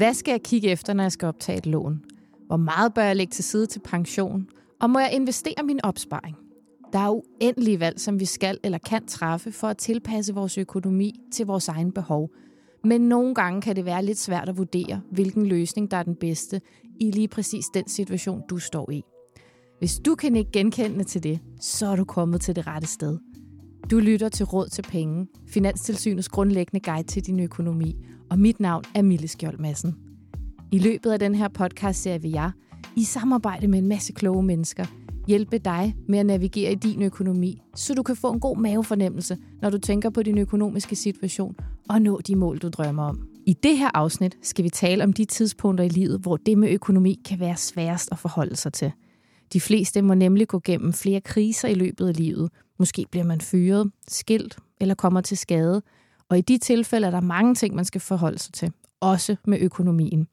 Hvad skal jeg kigge efter, når jeg skal optage et lån? Hvor meget bør jeg lægge til side til pension? Og må jeg investere min opsparing? Der er uendelige valg, som vi skal eller kan træffe for at tilpasse vores økonomi til vores egen behov. Men nogle gange kan det være lidt svært at vurdere, hvilken løsning der er den bedste i lige præcis den situation, du står i. Hvis du kan ikke genkende til det, så er du kommet til det rette sted. Du lytter til Råd til Penge, Finanstilsynets grundlæggende guide til din økonomi, og mit navn er Mille Skjold Madsen. I løbet af den her podcast-serie vil jeg, i samarbejde med en masse kloge mennesker, hjælpe dig med at navigere i din økonomi, så du kan få en god mavefornemmelse, når du tænker på din økonomiske situation og nå de mål, du drømmer om. I det her afsnit skal vi tale om de tidspunkter i livet, hvor det med økonomi kan være sværest at forholde sig til. De fleste må nemlig gå gennem flere kriser i løbet af livet. Måske bliver man fyret, skilt eller kommer til skade. Og i de tilfælde er der mange ting, man skal forholde sig til. Også med økonomien.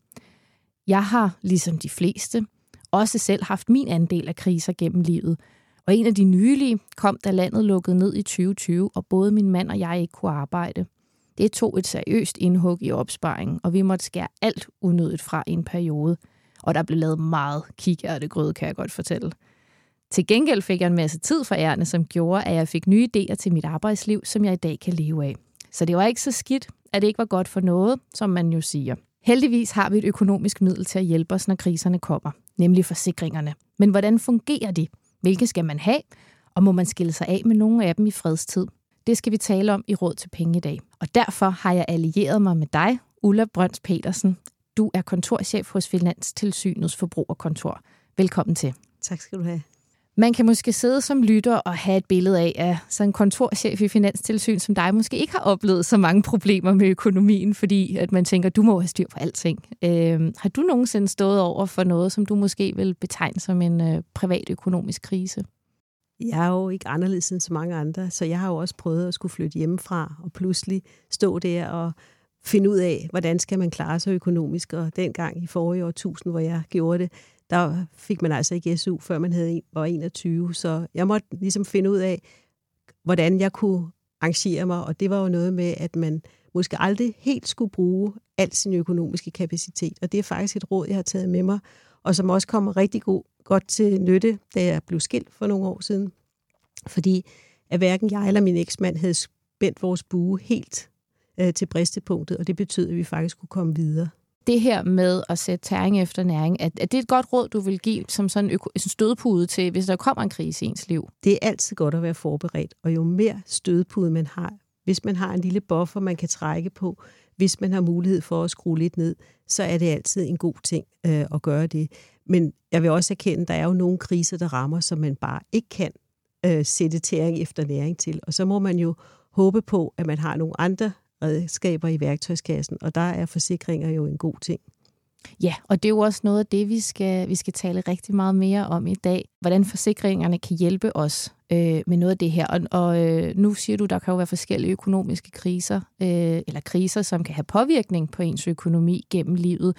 Jeg har, ligesom de fleste, også selv haft min andel af kriser gennem livet. Og en af de nylige kom, da landet lukkede ned i 2020, og både min mand og jeg ikke kunne arbejde. Det tog et seriøst indhug i opsparingen, og vi måtte skære alt unødigt fra i en periode. Og der blev lavet meget kikærtegrød, kan jeg godt fortælle. Til gengæld fik jeg en masse tid for ærende, som gjorde, at jeg fik nye idéer til mit arbejdsliv, som jeg i dag kan leve af. Så det var ikke så skidt, at det ikke var godt for noget, som man jo siger. Heldigvis har vi et økonomisk middel til at hjælpe os, når kriserne kommer, nemlig forsikringerne. Men hvordan fungerer de? Hvilke skal man have? Og må man skille sig af med nogle af dem i fredstid? Det skal vi tale om i Råd til Penge i dag. Og derfor har jeg allieret mig med dig, Ulla Brøns Petersen. Du er kontorchef hos Finanstilsynets forbrugerkontor. Velkommen til. Tak skal du have. Man kan måske sidde som lytter og have et billede af, at sådan en kontorchef i Finanstilsyn som dig måske ikke har oplevet så mange problemer med økonomien, fordi at man tænker, du må have styr på alting. Har du nogensinde stået over for noget, som du måske vil betegne som en privat økonomisk krise? Jeg er jo ikke anderledes end så mange andre, så jeg har jo også prøvet at skulle flytte hjemmefra og pludselig stå der og finde ud af, hvordan skal man klare sig økonomisk. Og dengang i forrige årtusind, hvor jeg gjorde det, der fik man altså ikke SU, før man var 21. Så jeg måtte ligesom finde ud af, hvordan jeg kunne arrangere mig. Og det var jo noget med, at man måske aldrig helt skulle bruge al sin økonomiske kapacitet. Og det er faktisk et råd, jeg har taget med mig, og som også kommer rigtig godt til nytte, da jeg blev skilt for nogle år siden. Fordi at hverken jeg eller min eksmand havde spændt vores bue helt til bristepunktet, og det betød, at vi faktisk kunne komme videre. Det her med at sætte tæring efter næring, er det et godt råd, du vil give som sådan en stødpude til, hvis der kommer en krise i ens liv? Det er altid godt at være forberedt, og jo mere stødpude man har, hvis man har en lille buffer, man kan trække på, hvis man har mulighed for at skrue lidt ned, så er det altid en god ting at gøre det. Men jeg vil også erkende, at der er jo nogle kriser, der rammer, som man bare ikke kan sætte tæring efter næring til. Og så må man jo håbe på, at man har nogle andre redskaber i værktøjskassen, og der er forsikringer jo en god ting. Ja, og det er jo også noget af det, vi skal tale rigtig meget mere om i dag. Hvordan forsikringerne kan hjælpe os med noget af det her. Og nu siger du, der kan jo være forskellige økonomiske kriser, eller kriser, som kan have påvirkning på ens økonomi gennem livet.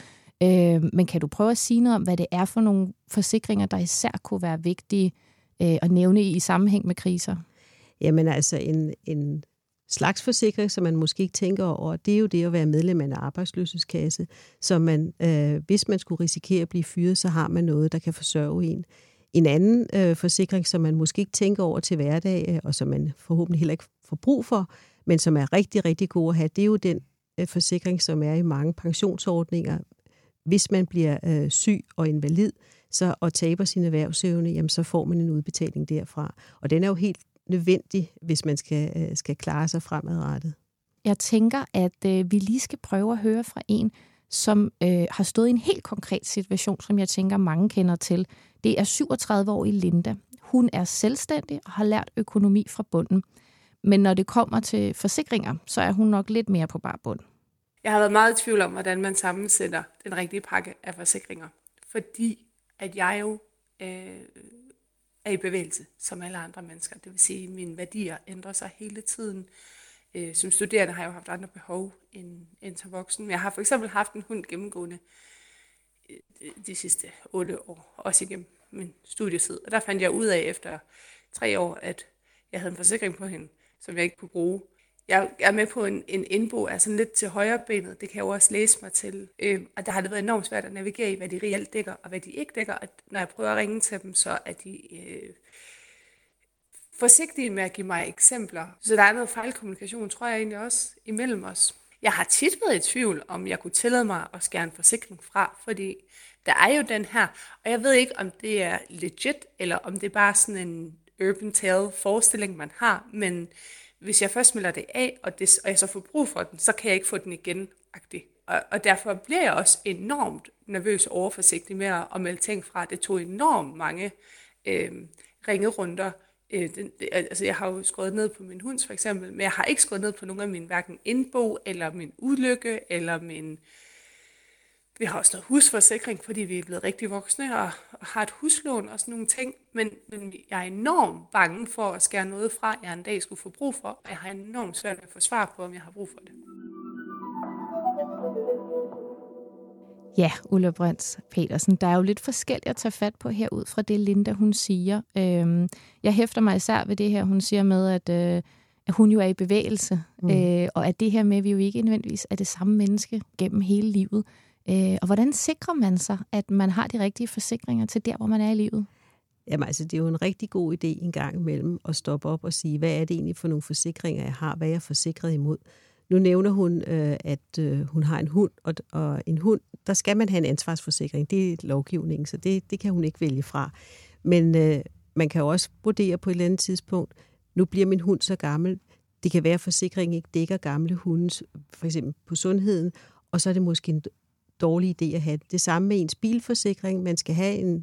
Men kan du prøve at sige noget om, hvad det er for nogle forsikringer, der især kunne være vigtige at nævne i sammenhæng med kriser? Jamen altså en slags forsikring, som man måske ikke tænker over, det er jo det at være medlem af en arbejdsløshedskasse, så man, hvis man skulle risikere at blive fyret, så har man noget, der kan forsørge en. En anden forsikring, som man måske ikke tænker over til hverdag, og som man forhåbentlig heller ikke får brug for, men som er rigtig, rigtig god at have, det er jo den forsikring, som er i mange pensionsordninger. Hvis man bliver syg og invalid og taber sin erhvervsevne, jamen, så får man en udbetaling derfra. Og den er jo helt nødvendig, hvis man skal klare sig fremadrettet. Jeg tænker, at vi lige skal prøve at høre fra en, som har stået i en helt konkret situation, som jeg tænker, mange kender til. Det er 37-årige Linda. Hun er selvstændig og har lært økonomi fra bunden. Men når det kommer til forsikringer, så er hun nok lidt mere på bar bund. Jeg har været meget i tvivl om, hvordan man sammensætter den rigtige pakke af forsikringer. Fordi at jeg jo er i bevægelse, som alle andre mennesker. Det vil sige, at mine værdier ændrer sig hele tiden. Som studerende har jeg jo haft andre behov end som voksen. Jeg har for eksempel haft en hund gennemgående de sidste 8 år, også igennem min studietid. Og der fandt jeg ud af efter 3 år, at jeg havde en forsikring på hende, som jeg ikke kunne bruge. Jeg er med på en indbo, er sådan lidt til højre benet. Det kan jeg jo også læse mig til. Og der har det været enormt svært at navigere i, hvad de reelt dækker, og hvad de ikke dækker. Og når jeg prøver at ringe til dem, så er de forsigtige med at give mig eksempler. Så der er noget fejlkommunikation, tror jeg egentlig også, imellem os. Jeg har tit været i tvivl, om jeg kunne tillade mig at skære en forsikring fra, fordi der er jo den her, og jeg ved ikke, om det er legit, eller om det er bare sådan en urban tale forestilling, man har, men hvis jeg først melder det af, og jeg så får brug for den, så kan jeg ikke få den igen. Og derfor bliver jeg også enormt nervøs og overforsigtig med at melde ting fra. Det tog enormt mange ringerunder. Altså jeg har jo skrevet ned på min hunds for eksempel, men jeg har ikke skrevet ned på nogen af mine hverken indbo, eller min ulykke, eller min... Vi har også noget husforsikring, fordi vi er blevet rigtig voksne og har et huslån og sådan nogle ting. Men jeg er enormt bange for at skære noget fra, jeg en dag skulle få brug for. Og jeg har enormt svært ved at få svar på, om jeg har brug for det. Ja, Ulla Brins Petersen, der er jo lidt forskelligt at tage fat på her ud fra det, Linda hun siger. Jeg hæfter mig især ved det her, hun siger med, at hun jo er i bevægelse. Og at det her med, at vi jo ikke nødvendigvis er det samme menneske gennem hele livet. Og hvordan sikrer man sig, at man har de rigtige forsikringer til der, hvor man er i livet? Jamen altså, det er jo en rigtig god idé en gang imellem at stoppe op og sige, hvad er det egentlig for nogle forsikringer, jeg har? Hvad er jeg forsikret imod? Nu nævner hun, at hun har en hund, og en hund, der skal man have en ansvarsforsikring. Det er lovgivningen, så det kan hun ikke vælge fra. Men man kan jo også vurdere på et eller andet tidspunkt, nu bliver min hund så gammel, det kan være, at forsikringen ikke dækker gamle hundes, for eksempel på sundheden, og så er det måske en dårlig idé at have det. Det samme med ens bilforsikring. Man skal have en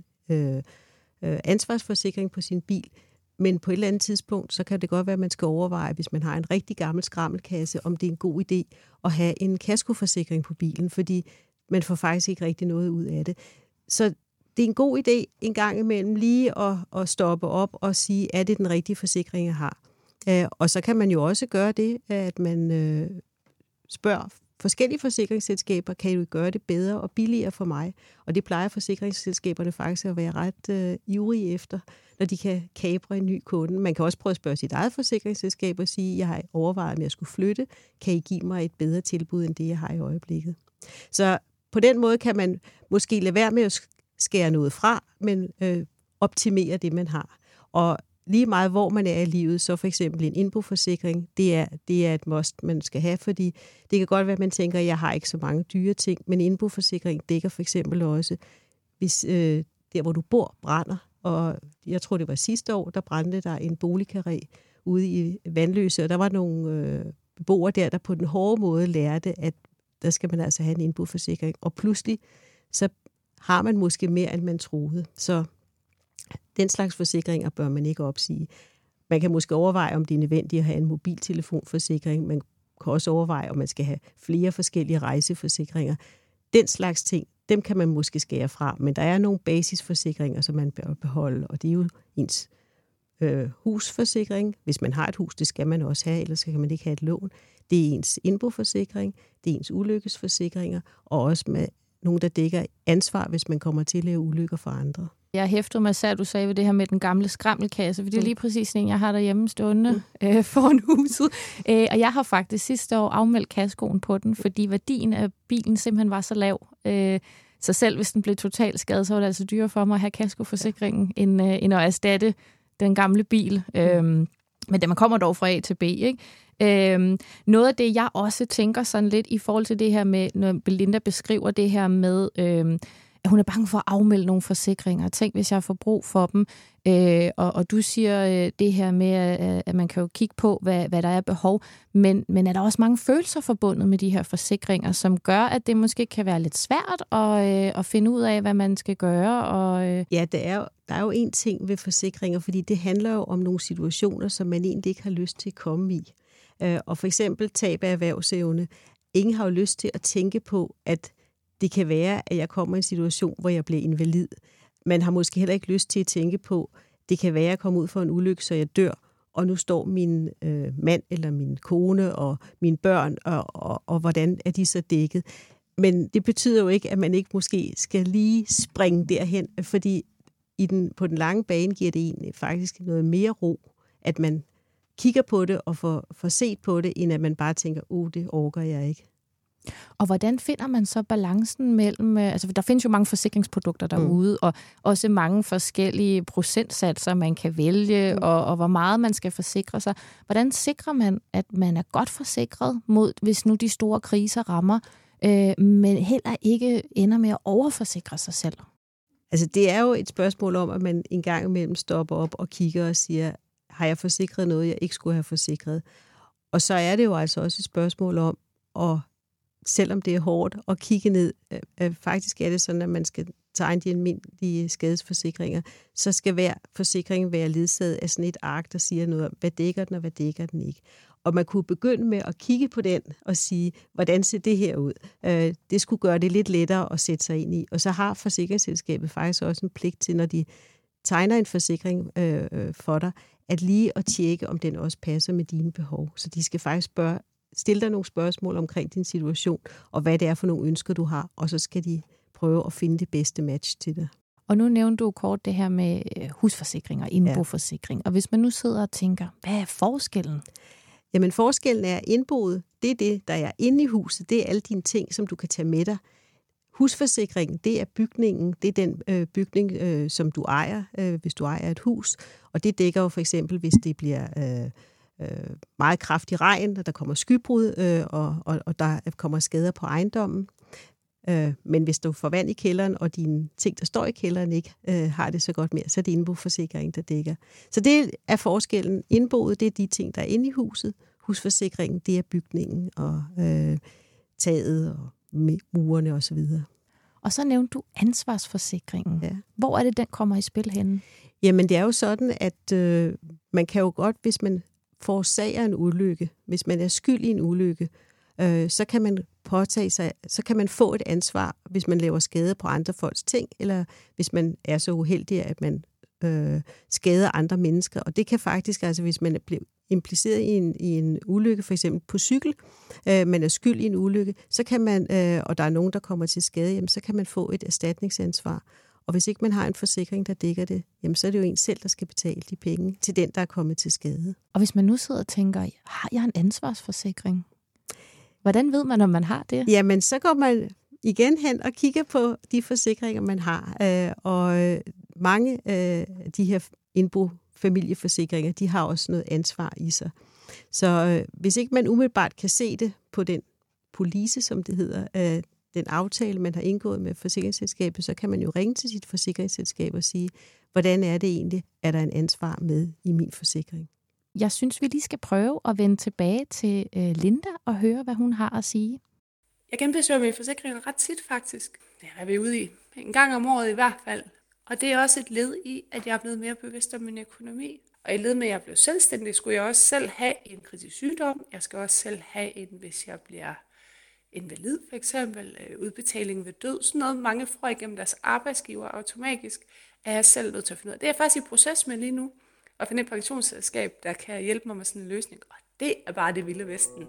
ansvarsforsikring på sin bil, men på et eller andet tidspunkt, så kan det godt være, at man skal overveje, hvis man har en rigtig gammel skrammelkasse, om det er en god idé at have en kaskoforsikring på bilen, fordi man får faktisk ikke rigtig noget ud af det. Så det er en god idé en gang imellem lige at stoppe op og sige, er det den rigtige forsikring, jeg har? Og så kan man jo også gøre det, at man spørger forskellige forsikringsselskaber, kan jo gøre det bedre og billigere for mig. Og det plejer forsikringsselskaberne faktisk at være ret ivrige efter, når de kan kapre en ny kunde. Man kan også prøve at spørge sit eget forsikringsselskab og sige, jeg har overvejet, om jeg skulle flytte. Kan I give mig et bedre tilbud, end det, jeg har i øjeblikket? Så på den måde kan man måske lade være med at skære noget fra, men optimere det, man har. Og lige meget, hvor man er i livet, så for eksempel en indboforsikring, det er et must, man skal have, fordi det kan godt være, at man tænker, at jeg har ikke så mange dyre ting, men indboforsikring dækker for eksempel også, hvis der, hvor du bor, brænder. Og jeg tror, det var sidste år, der brændte der en boligkarré ude i Vandløse, og der var nogle beboere der på den hårde måde lærte, at der skal man altså have en indboforsikring. Og pludselig, så har man måske mere, end man troede. Så den slags forsikringer bør man ikke opsige. Man kan måske overveje, om det er nødvendigt at have en mobiltelefonforsikring. Man kan også overveje, om man skal have flere forskellige rejseforsikringer. Den slags ting, dem kan man måske skære fra, men der er nogle basisforsikringer, som man bør beholde, og det er jo ens husforsikring. Hvis man har et hus, det skal man også have, ellers kan man ikke have et lån. Det er ens indboforsikring, det er ens ulykkesforsikringer, og også med nogen, der dækker ansvar, hvis man kommer til at lave ulykker for andre. Jeg hæftede mig selv, du sagde ved det her med den gamle skrammelkasse, for det er lige præcis en, jeg har derhjemme stående foran huset. Og jeg har faktisk sidste år afmeldt kaskoen på den, fordi værdien af bilen simpelthen var så lav. Så selv hvis den blev totalt skadet, så var det altså dyrere for mig at have kaskoforsikringen, end at erstatte den gamle bil. Men man kommer dog fra A til B, ikke? Noget af det, jeg også tænker sådan lidt i forhold til det her med, når Belinda beskriver det her med, at hun er bange for at afmelde nogle forsikringer. Tænk, hvis jeg får brug for dem. Og du siger det her med, at man kan jo kigge på, hvad der er behov. Men er der også mange følelser forbundet med de her forsikringer, som gør, at det måske kan være lidt svært at finde ud af, hvad man skal gøre? Ja, der er jo en ting ved forsikringer, fordi det handler jo om nogle situationer, som man egentlig ikke har lyst til at komme i. Og for eksempel tab af erhvervsevne. Ingen har jo lyst til at tænke på, at det kan være, at jeg kommer i en situation, hvor jeg bliver invalid. Man har måske heller ikke lyst til at tænke på, det kan være, at jeg kommer ud for en ulykke, så jeg dør, og nu står min mand eller min kone og mine børn, og hvordan er de så dækket. Men det betyder jo ikke, at man ikke måske skal lige springe derhen, fordi på den lange bane giver det egentlig faktisk noget mere ro, at man kigger på det og får set på det, end at man bare tænker, det orker jeg ikke. Og hvordan finder man så balancen mellem, altså der findes jo mange forsikringsprodukter derude, og også mange forskellige procentsatser, man kan vælge, og hvor meget man skal forsikre sig. Hvordan sikrer man, at man er godt forsikret mod, hvis nu de store kriser rammer, men heller ikke ender med at overforsikre sig selv? Altså det er jo et spørgsmål om, at man en gang imellem stopper op og kigger og siger, har jeg forsikret noget, jeg ikke skulle have forsikret? Og så er det jo altså også et spørgsmål om, og selvom det er hårdt at kigge ned, faktisk er det sådan, at man skal tegne de almindelige skadesforsikringer, så skal hver forsikring være ledsaget af sådan et ark, der siger noget om, hvad dækker den, og hvad dækker den ikke. Og man kunne begynde med at kigge på den og sige, hvordan ser det her ud? Det skulle gøre det lidt lettere at sætte sig ind i. Og så har forsikringsselskabet faktisk også en pligt til, når de tegner en forsikring for dig, at lige at tjekke, om den også passer med dine behov. Så de skal faktisk stille dig nogle spørgsmål omkring din situation, og hvad det er for nogle ønsker, du har, og så skal de prøve at finde det bedste match til det. Og nu nævnte du kort det her med husforsikring og indboforsikring. Og hvis man nu sidder og tænker, hvad er forskellen? Jamen forskellen er indboet, det er det, der er inde i huset, det er alle dine ting, som du kan tage med dig. Husforsikringen, det er bygningen, det er den bygning, som du ejer, hvis du ejer et hus. Og det dækker jo for eksempel, hvis det bliver meget kraftig regn, og der kommer skybrud, og der kommer skader på ejendommen. Men hvis du får vand i kælderen, og dine ting, der står i kælderen, ikke har det så godt mere, så er det indboforsikringen, der dækker. Så det er forskellen. Indboet, det er de ting, der er inde i huset. Husforsikringen, det er bygningen og taget og murene osv. Og så nævnte du ansvarsforsikringen. Ja. Hvor er det, den kommer i spil henne? Jamen, det er jo sådan, at man kan jo godt, hvis man forårsager en ulykke, hvis man er skyld i en ulykke, så kan man påtage sig, så kan man få et ansvar, hvis man laver skade på andre folks ting, eller hvis man er så uheldig, at man skader andre mennesker. Og det kan faktisk, altså hvis man er blevet impliceret i en ulykke, for eksempel på cykel, man er skyld i en ulykke, så kan man, og der er nogen, der kommer til skade, jamen, så kan man få et erstatningsansvar. Og hvis ikke man har en forsikring, der dækker det, jamen, så er det jo en selv, der skal betale de penge til den, der er kommet til skade. Og hvis man nu sidder og tænker, har jeg en ansvarsforsikring? Hvordan ved man, om man har det? Jamen, så går man igen hen og kigger på de forsikringer, man har. Og mange af de her indbo-familieforsikringer, de har også noget ansvar i sig. Så hvis ikke man umiddelbart kan se det på den police, som det hedder, den aftale, man har indgået med forsikringsselskabet, så kan man jo ringe til sit forsikringsselskab og sige, hvordan er det egentlig, er der en ansvar med i min forsikring? Jeg synes, vi lige skal prøve at vende tilbage til Linda og høre, hvad hun har at sige. Jeg genbesøger mine forsikringer ret tit faktisk. Det er vi ude i. En gang om året i hvert fald. Og det er også et led i, at jeg er blevet mere bevidst om min økonomi. Og i led med, at jeg blev selvstændig, skulle jeg også selv have en kritisk sygdom. Jeg skal også selv have en, hvis jeg bliver invalid, for eksempel udbetaling ved død. Sådan noget, mange får igennem deres arbejdsgiver automatisk, er jeg selv nødt til at finde ud af. Det er jeg faktisk i proces med lige nu. Og finde et pensionsselskab, der kan hjælpe mig med sådan en løsning. Og det er bare det vilde vesten.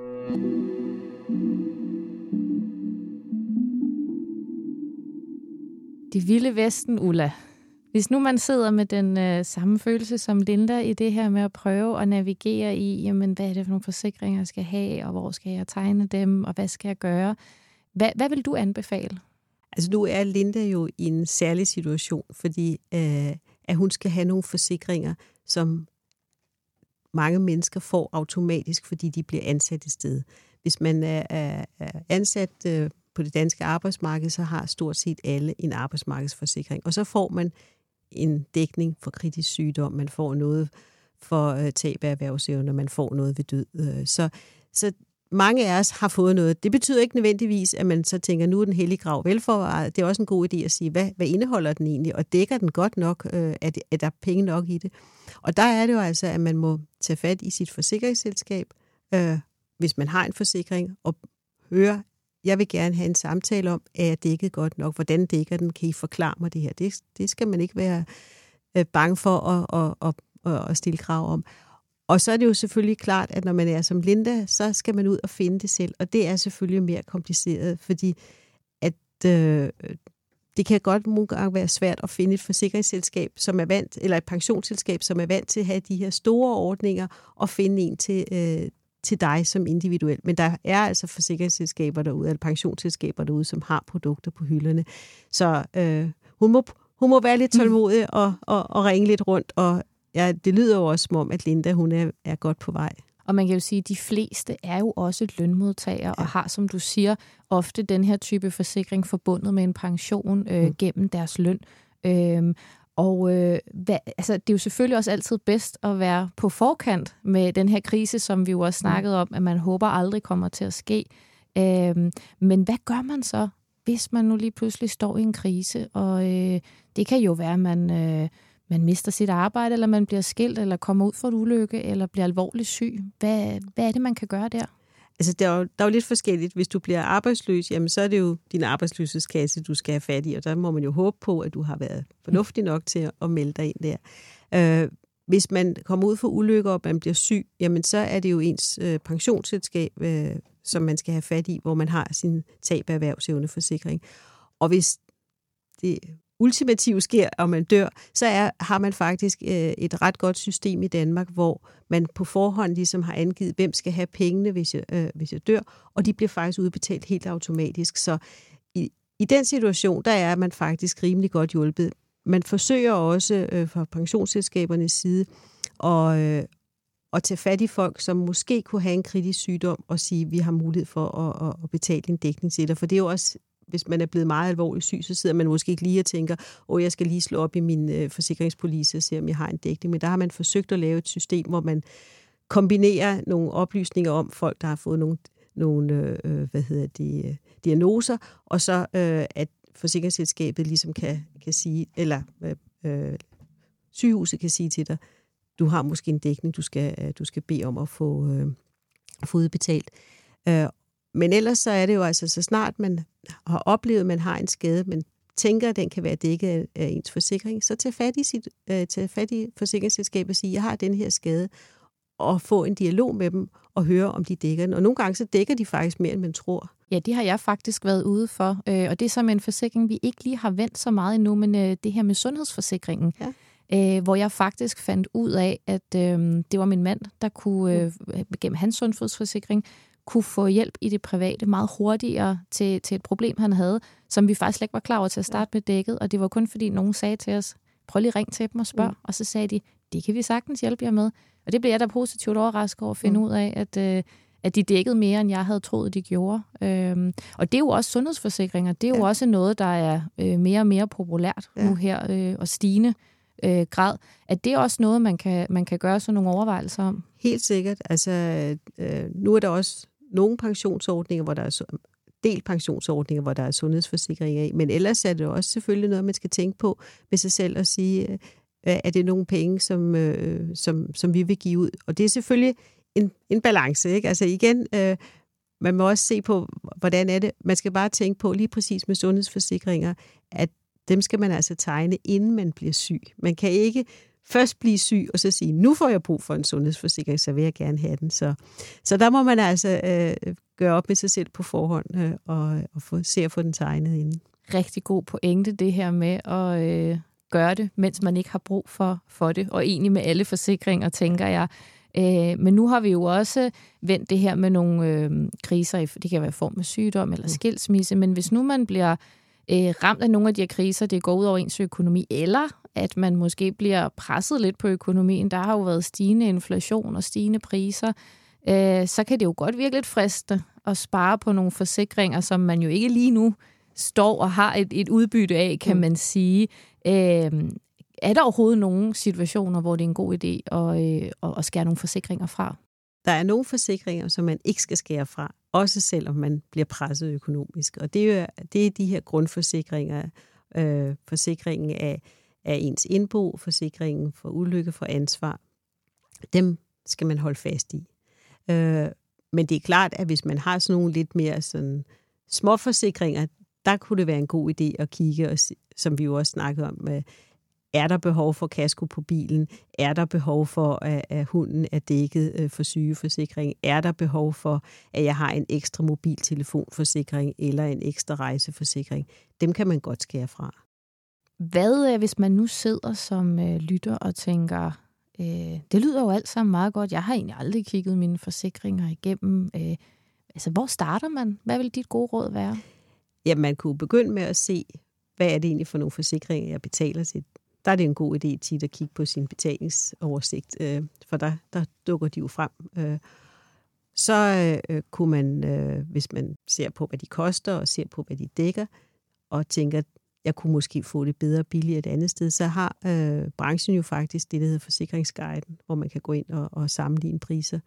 Det vilde vesten, Ulla. Hvis nu man sidder med den samme følelse som Linda i det her med at prøve at navigere i, jamen, hvad er det for nogle forsikringer, jeg skal have, og hvor skal jeg tegne dem, og hvad skal jeg gøre? Hvad vil du anbefale? Altså nu er Linda jo i en særlig situation, fordi at hun skal have nogle forsikringer, som mange mennesker får automatisk, fordi de bliver ansat et sted. Hvis man er ansat på det danske arbejdsmarked, så har stort set alle en arbejdsmarkedsforsikring. Og så får man en dækning for kritisk sygdom, man får noget for tab af erhvervsevne, man får noget ved død. Så mange af os har fået noget. Det betyder ikke nødvendigvis, at man så tænker, nu er den hellige grav velforvaret. Det er også en god idé at sige, hvad indeholder den egentlig, og dækker den godt nok, er der penge nok i det. Og der er det jo altså, at man må tage fat i sit forsikringsselskab, hvis man har en forsikring, og høre, jeg vil gerne have en samtale om, er jeg dækket godt nok? Hvordan dækker den? Kan I forklare mig det her? Det skal man ikke være bange for at stille krav om. Og så er det jo selvfølgelig klart, at når man er som Linda, så skal man ud og finde det selv. Og det er selvfølgelig mere kompliceret, fordi at det det kan godt nogle gange være svært at finde et forsikringsselskab, som er vant, eller et pensionsselskab, som er vant til at have de her store ordninger, og finde en til dig som individuel. Men der er altså forsikringsselskaber derude, eller pensionsselskaber derude, som har produkter på hylderne. Så hun må være lidt tålmodig og ringe lidt rundt, og ja, det lyder jo også som om, at Linda hun er godt på vej. Og man kan jo sige, at de fleste er jo også lønmodtagere, og har, som du siger, ofte den her type forsikring forbundet med en pension gennem deres løn. Altså, det er jo selvfølgelig også altid bedst at være på forkant med den her krise, som vi jo også snakkede om, at man håber aldrig kommer til at ske. Men hvad gør man så, hvis man nu lige pludselig står i en krise? Og det kan jo være, at man mister sit arbejde, eller man bliver skilt, eller kommer ud for et ulykke, eller bliver alvorligt syg. Hvad er det, man kan gøre der? Altså, der er jo lidt forskelligt. Hvis du bliver arbejdsløs, jamen, så er det jo din arbejdsløshedskasse, du skal have fat i, og der må man jo håbe på, at du har været fornuftig nok til at melde dig ind der. Hvis man kommer ud for ulykker, og man bliver syg, jamen, så er det jo ens pensionsselskab, som man skal have fat i, hvor man har sin tab af erhvervsevneforsikring. Og hvis det ultimativt sker, og man dør, så har man faktisk et ret godt system i Danmark, hvor man på forhånd ligesom har angivet, hvem skal have pengene, hvis jeg dør, og de bliver faktisk udbetalt helt automatisk. Så i den situation, der er man faktisk rimelig godt hjulpet. Man forsøger også fra pensionsselskabernes side at tage fat i folk, som måske kunne have en kritisk sygdom, og sige, at vi har mulighed for at betale en dækning til dig. For det er jo også, hvis man er blevet meget alvorligt syg, så sidder man måske ikke lige og tænker, jeg skal lige slå op i min forsikringspolice og se, om jeg har en dækning. Men der har man forsøgt at lave et system, hvor man kombinerer nogle oplysninger om folk, der har fået nogle diagnoser, og så at forsikringsselskabet ligesom kan sige, eller sygehuset kan sige til dig, du har måske en dækning, du skal bede om at få udbetalt. Men ellers så er det jo altså, så snart man har oplevet, at man har en skade, men tænker, at den kan være dækket af ens forsikring, så tage fat i forsikringsselskabet og sige, jeg har den her skade, og få en dialog med dem og høre, om de dækker den. Og nogle gange så dækker de faktisk mere, end man tror. Ja, det har jeg faktisk været ude for, og det er som en forsikring, vi ikke lige har vendt så meget endnu, men det her med sundhedsforsikringen, hvor jeg faktisk fandt ud af, at det var min mand, der kunne, gennem hans sundhedsforsikring, kunne få hjælp i det private meget hurtigere til et problem, han havde, som vi faktisk slet ikke var klar over til at starte med dækket, og det var kun fordi nogen sagde til os, prøv lige ring til dem og spørg, og så sagde de, det kan vi sagtens hjælpe jer med. Og det blev jeg da positivt overrasket over at finde ud af, at de dækkede mere, end jeg havde troet, de gjorde. Og det er jo også sundhedsforsikringer. Det er jo også noget, der er mere og mere populært nu her, og stigende grad. At det er også noget, man kan gøre sådan nogle overvejelser om. Helt sikkert. Altså, nu er der også nogle pensionsordninger, hvor der er delpensionsordninger, hvor der er sundhedsforsikringer i. Men ellers er det også selvfølgelig noget, man skal tænke på med sig selv og sige, er det nogle penge, som vi vil give ud? Og det er selvfølgelig en balance, ikke? Altså igen, man må også se på, hvordan er det. Man skal bare tænke på lige præcis med sundhedsforsikringer, at dem skal man altså tegne, inden man bliver syg. Man kan ikke først blive syg, og så sige, nu får jeg brug for en sundhedsforsikring, så vil jeg gerne have den. Så der må man altså gøre op med sig selv på forhånd, og se at få den tegnet inden. Rigtig god pointe, det her med at gøre det, mens man ikke har brug for det, og egentlig med alle forsikringer, tænker jeg. Men nu har vi jo også vendt det her med nogle kriser, det kan være i form af sygdom eller skilsmisse, men hvis nu man bliver ramt af nogle af de her kriser, det går ud over ens økonomi, eller at man måske bliver presset lidt på økonomien, der har jo været stigende inflation og stigende priser, så kan det jo godt virke lidt fristende at spare på nogle forsikringer, som man jo ikke lige nu står og har et udbytte af, kan man sige. Er der overhovedet nogle situationer, hvor det er en god idé at skære nogle forsikringer fra? Der er nogle forsikringer, som man ikke skal skære fra, også selvom man bliver presset økonomisk. Og det er de her grundforsikringer. Forsikringen af ens indbo, forsikringen for ulykke, for ansvar. Dem skal man holde fast i. Men det er klart, at hvis man har sådan nogle lidt mere sådan små forsikringer, der kunne det være en god idé at kigge, og, som vi jo også snakkede om, Er der behov for kasko på bilen? Er der behov for, at hunden er dækket for sygeforsikring? Er der behov for, at jeg har en ekstra mobiltelefonforsikring eller en ekstra rejseforsikring? Dem kan man godt skære fra. Hvad hvis man nu sidder som lytter og tænker, det lyder jo alt sammen meget godt. Jeg har egentlig aldrig kigget mine forsikringer igennem. Hvor starter man? Hvad vil dit gode råd være? Ja, man kunne begynde med at se, hvad er det egentlig for nogle forsikringer, jeg betaler til. Der er det en god idé tit at kigge på sin betalingsoversigt, for der dukker de jo frem. Så kunne man, hvis man ser på, hvad de koster, og ser på, hvad de dækker, og tænker, jeg kunne måske få det bedre og billigere et andet sted, så har branchen jo faktisk det, der hedder Forsikringsguiden, hvor man kan gå ind og sammenligne priser,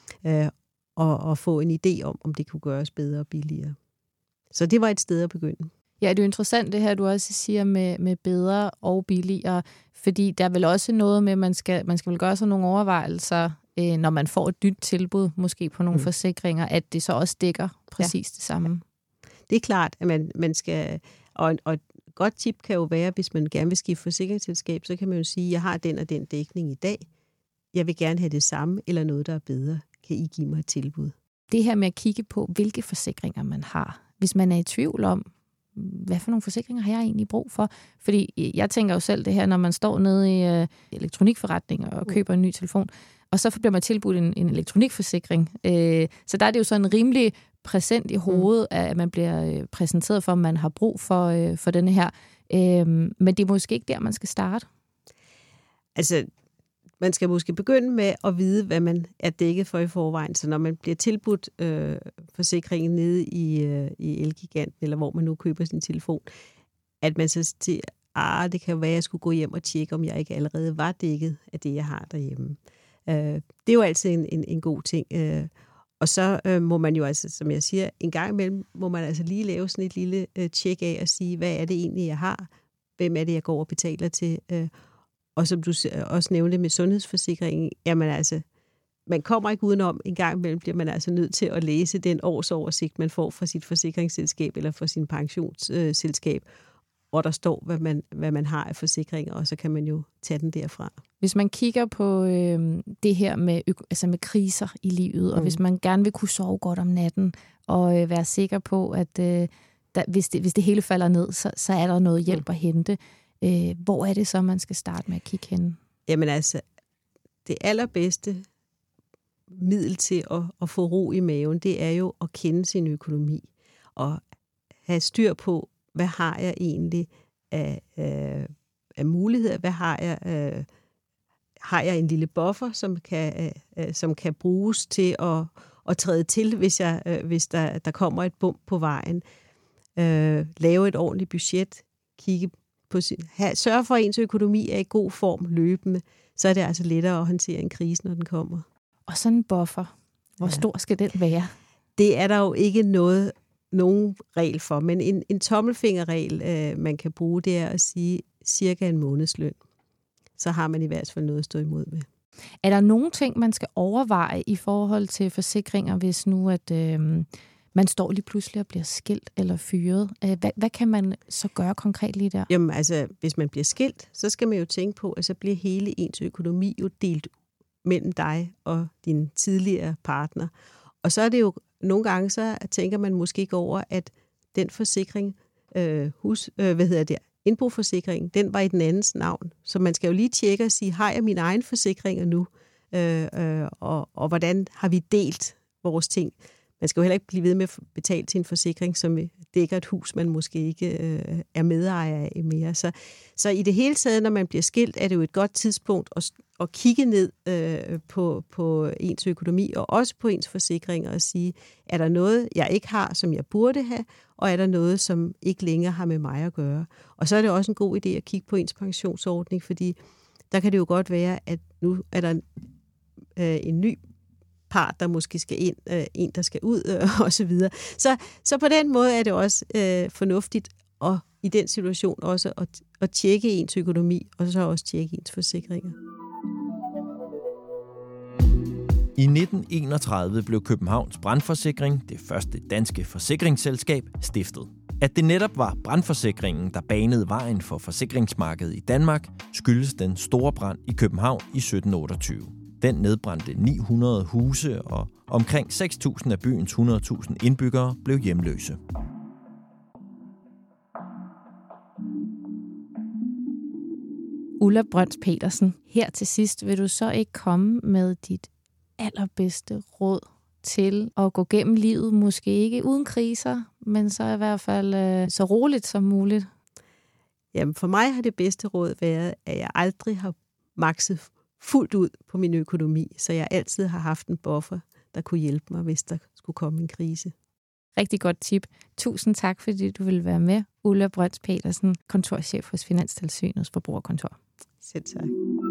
og få en idé om det kunne gøres bedre og billigere. Så det var et sted at begynde. Ja, det er jo interessant det her, du også siger med bedre og billigere, fordi der er vel også noget med, at man skal vel gøre sig nogle overvejelser, når man får et nyt tilbud, måske på nogle forsikringer, at det så også dækker præcis det samme. Det er klart, at man skal... Og et godt tip kan jo være, hvis man gerne vil skifte forsikringsselskab, så kan man jo sige, jeg har den og den dækning i dag. Jeg vil gerne have det samme, eller noget, der er bedre. Kan I give mig et tilbud? Det her med at kigge på, hvilke forsikringer man har. Hvis man er i tvivl om, hvad for nogle forsikringer har jeg egentlig brug for? Fordi jeg tænker jo selv det her, når man står nede i elektronikforretninger og køber en ny telefon, og så bliver man tilbudt en elektronikforsikring. Så der er det jo sådan en rimelig præsent i hovedet, at man bliver præsenteret for, om man har brug for denne her. Men det er måske ikke der, man skal starte. Altså, man skal måske begynde med at vide, hvad man er dækket for i forvejen. Så når man bliver tilbudt forsikringen nede i Elgiganten, eller hvor man nu køber sin telefon, at man så siger, det kan være, at jeg skulle gå hjem og tjekke, om jeg ikke allerede var dækket af det, jeg har derhjemme. Det er jo altid en god ting. Og så må man jo altså, som jeg siger, en gang imellem må man altså lige lave sådan et lille tjek af og sige, hvad er det egentlig, jeg har? Hvem er det, jeg går og betaler til? Og som du også nævnte med sundhedsforsikringen, jamen altså, man kommer ikke udenom. En gang imellem bliver man altså nødt til at læse den årsoversigt, man får fra sit forsikringsselskab eller fra sin pensionsselskab, hvor der står, hvad man har af forsikringer, og så kan man jo tage den derfra. Hvis man kigger på det her med kriser i livet, og hvis man gerne vil kunne sove godt om natten, og være sikker på, at hvis det hele falder ned, så er der noget hjælp at hente. Hvor er det så, man skal starte med at kigge hen? Jamen altså, det allerbedste middel til at få ro i maven, det er jo at kende sin økonomi, og have styr på, hvad har jeg egentlig af muligheder? Hvad har jeg? Har jeg en lille buffer, som kan bruges til at træde til, hvis der kommer et bump på vejen? Lave et ordentligt budget, kigge på sørge for, at ens økonomi er i god form løbende, så er det altså lettere at håndtere en krise, når den kommer. Og sådan en buffer, hvor stor skal den være? Det er der jo ikke nogen regel for, men en tommelfingerregel, man kan bruge, det er at sige cirka en månedsløn. Så har man i hvert fald noget at stå imod med. Er der nogle ting, man skal overveje i forhold til forsikringer, hvis nu at man står lige pludselig og bliver skilt eller fyret? Hvad kan man så gøre konkret lige der? Jamen altså, hvis man bliver skilt, så skal man jo tænke på, at så bliver hele ens økonomi jo delt mellem dig og din tidligere partner. Og så er det jo nogle gange, så tænker man måske ikke over, at den forsikring, indboforsikringen, den var i den andens navn. Så man skal jo lige tjekke og sige, har jeg mine egne forsikringer nu? Og hvordan har vi delt vores ting? Man skal jo heller ikke blive ved med at betale til en forsikring, som dækker et hus, man måske ikke er medejer af mere. Så i det hele taget, når man bliver skilt, er det jo et godt tidspunkt at kigge ned på ens økonomi, og også på ens forsikringer, og sige, er der noget, jeg ikke har, som jeg burde have, og er der noget, som ikke længere har med mig at gøre. Og så er det også en god idé at kigge på ens pensionsordning, fordi der kan det jo godt være, at nu er der en ny part, der måske skal ind, en, der skal ud, og så videre. Så på den måde er det også fornuftigt at i den situation også at tjekke ens økonomi, og så også tjekke ens forsikringer. I 1931 blev Københavns Brandforsikring, det første danske forsikringsselskab, stiftet. At det netop var brandforsikringen, der banede vejen for forsikringsmarkedet i Danmark, skyldes den store brand i København i 1728. Den nedbrændte 900 huse, og omkring 6.000 af byens 100.000 indbyggere blev hjemløse. Ulla Brøns Petersen, her til sidst vil du så ikke komme med dit allerbedste råd til at gå gennem livet, måske ikke uden kriser, men så i hvert fald så roligt som muligt? Jamen for mig har det bedste råd været, at jeg aldrig har makset fuldt ud på min økonomi, så jeg altid har haft en buffer, der kunne hjælpe mig, hvis der skulle komme en krise. Rigtig godt tip. Tusind tak, fordi du ville være med, Ulla Brøns Petersen, kontorchef hos Finanstilsynets forbrugerkontor. Selv tak.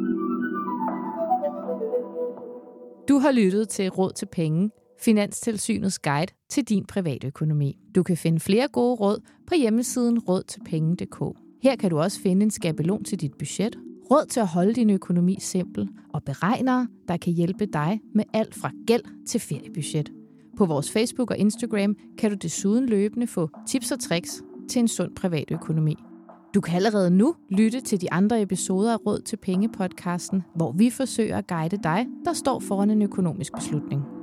Du har lyttet til Råd til Penge, Finanstilsynets guide til din privatøkonomi. Du kan finde flere gode råd på hjemmesiden rådtilpenge.dk. Her kan du også finde en skabelon til dit budget, råd til at holde din økonomi simpel og beregnere, der kan hjælpe dig med alt fra gæld til feriebudget. På vores Facebook og Instagram kan du desuden løbende få tips og tricks til en sund privatøkonomi. Du kan allerede nu lytte til de andre episoder af Råd til Penge-podcasten, hvor vi forsøger at guide dig, der står foran en økonomisk beslutning.